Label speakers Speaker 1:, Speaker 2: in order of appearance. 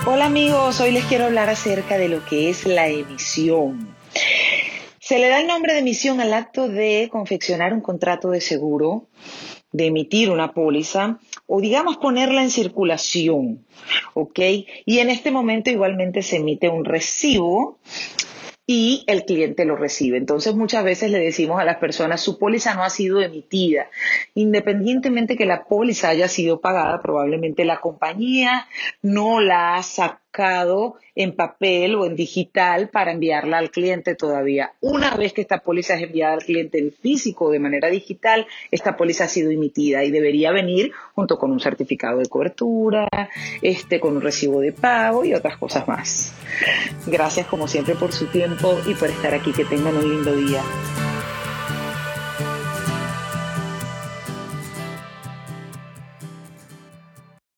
Speaker 1: Hola amigos, hoy les quiero hablar acerca de lo que es la emisión. Se le da el nombre de emisión al acto de confeccionar un contrato de seguro, de emitir una póliza o digamos ponerla en circulación, ¿ok? Y en este momento igualmente se emite un recibo y el cliente lo recibe. Entonces muchas veces le decimos a las personas, su póliza no ha sido emitida. Independientemente que la póliza haya sido pagada, probablemente la compañía no la ha sacado en papel o en digital para enviarla al cliente todavía. Una vez que esta póliza es enviada al cliente en físico o de manera digital, esta póliza ha sido emitida y debería venir junto con un certificado de cobertura, con un recibo de pago y otras cosas más. Gracias como siempre por su tiempo y por estar aquí. Que tengan un lindo día.